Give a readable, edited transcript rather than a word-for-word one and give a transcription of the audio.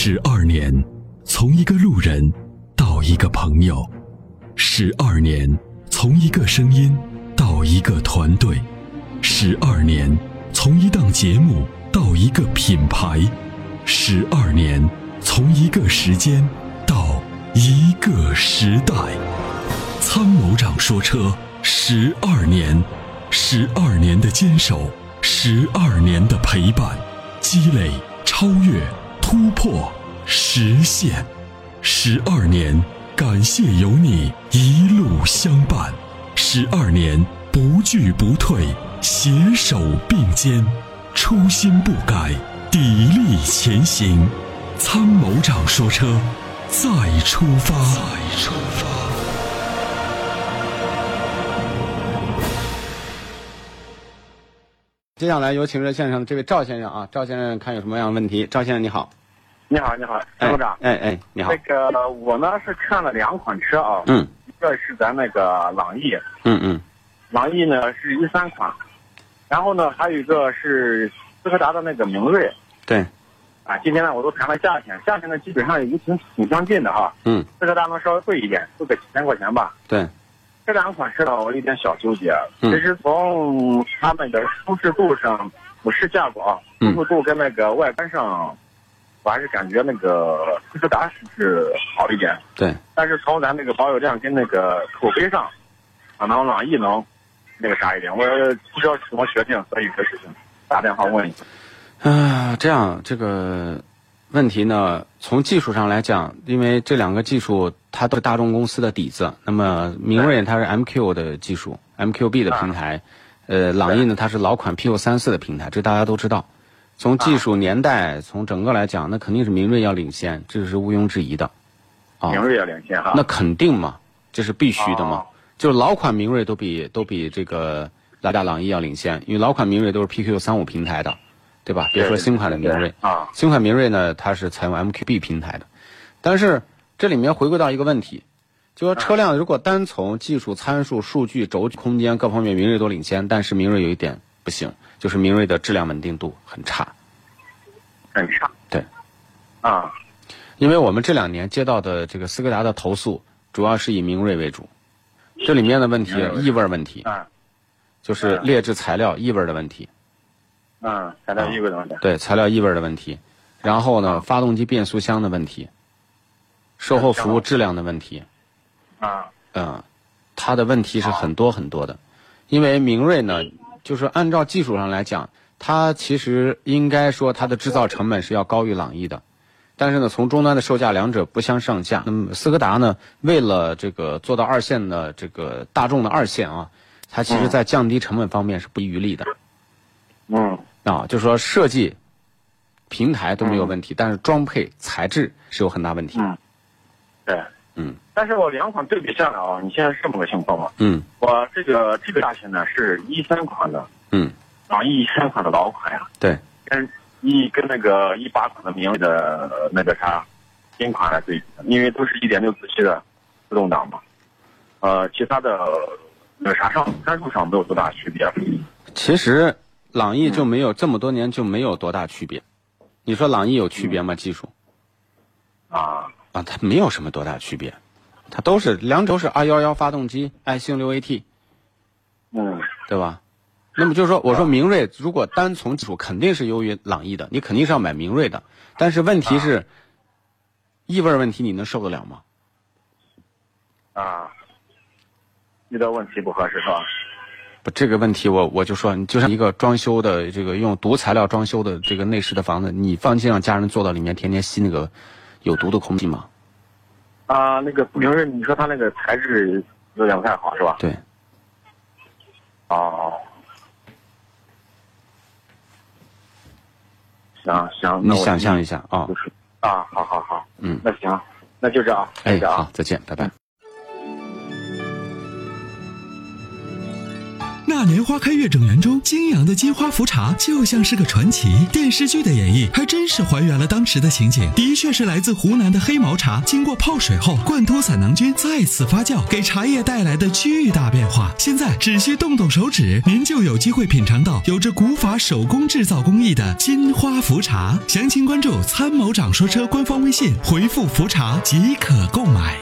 12年，从一个路人到一个朋友；12年，从一个声音到一个团队；12年，从一档节目到一个品牌；12年，从一个时间到一个时代。参谋长说车12年，12年的坚守，12年的陪伴，积累、超越、突破、实现。12年，感谢有你一路相伴。12年，不惧不退，携手并肩，初心不改，砥砺前行。参谋长说车，再出发。 接下来有请热线上的这位赵先生啊，赵先生看有什么样的问题？赵先生你好。 你好，参谋长。 你好。 那个我呢是看了2款车啊，一个是咱那个朗逸，朗逸呢是13款，然后呢还有一个是斯柯达的那个明锐。 对。 啊，今天呢我都谈了价钱呢基本上也挺相近的哈。斯柯达能稍微贵一点，贵个几千块钱吧。 对。 这2款车呢我有点小纠结，其实从他们的舒适度上，我试驾过啊，舒适度跟那个外观上，我还是感觉那个斯柯达是好一点。 对。但是从咱那个保有量跟那个口碑上，可能朗逸能那个啥一点，我不知道怎么决定，所以这事情打电话问一下。 这样这个问题呢，从技术上来讲，因为这2个技术它都是大众公司的底子。那么明锐它是 MQ 的技术 ，MQB 的平台，朗逸呢它是老款 PU34 的平台，这大家都知道。从技术年代，从整个来讲，那肯定是明锐要领先，这是毋庸置疑的。 明锐要领先哈？ 那肯定嘛，这是必须的嘛。就是老款明锐都比这个朗逸要领先，因为老款明锐都是 PQ35 平台的。对吧？别说新款的明锐啊， 新款明锐呢，它是采用 MQB 平台的。但是这里面回归到一个问题，就说车辆如果单从技术参数、数据、轴距、空间各方面，明锐都领先，但是明锐有一点不行，就是明锐的质量稳定度很差。 很差。 对。 啊。 因为我们这2年接到的这个斯柯达的投诉，主要是以明锐为主，这里面的问题，异味问题，就是劣质材料异味的问题。 材料异味的问题。 对，材料异味的问题，然后呢，发动机变速箱的问题，售后服务质量的问题，它的问题是很多很多的。因为明锐呢，就是按照技术上来讲，它其实应该说它的制造成本是要高于朗逸的，但是呢，从终端的售价两者不相上下。那么斯柯达呢，为了这个做到2线的这个大众的2线啊，它其实在降低成本方面是不遗余力的。就是说设计平台都没有问题，但是装配材质是有很大问题。 对。但是我2款对比下来啊，你现在是这么个情况吗？我这个价钱呢是13款的。朗逸13款的老款呀。 对。 跟那个18款的明锐的那个啥新款来对比，因为都是1.6自吸的自动挡嘛。其他的那个啥参数上没有多大区别。 其实朗逸就没有这么多年就没有多大区别。你说朗逸有区别吗？技术？它没有什么多大区别，它都是2者是211发动机，爱信6AT，对吧？那么就是说，我说明锐如果单从技术肯定是优于朗逸的，你肯定是要买明锐的。但是问题是，异味问题你能受得了吗？ 遇到问题不合适是吧？ 不，这个问题我就说，你就像一个装修的这个用毒材料装修的这个内饰的房子，你放心让家人坐到里面天天吸那个有毒的空气吗？ 那个明锐，你说它那个材质有点不太好是吧？ 对。 行， 你想象一下啊。 好。那行，那就这样。 好，再见，拜拜。 那那年花开月正圆中，泾阳的金花茯茶就像是个传奇。电视剧的演绎还真是还原了当时的情景，的确是来自湖南的黑毛茶，经过泡水后，灌脱散囊菌再次发酵，给茶叶带来的巨大变化。现在只需动动手指，您就有机会品尝到有着古法手工制造工艺的金花茯茶。详情关注参谋长说车官方微信，回复茯茶即可购买。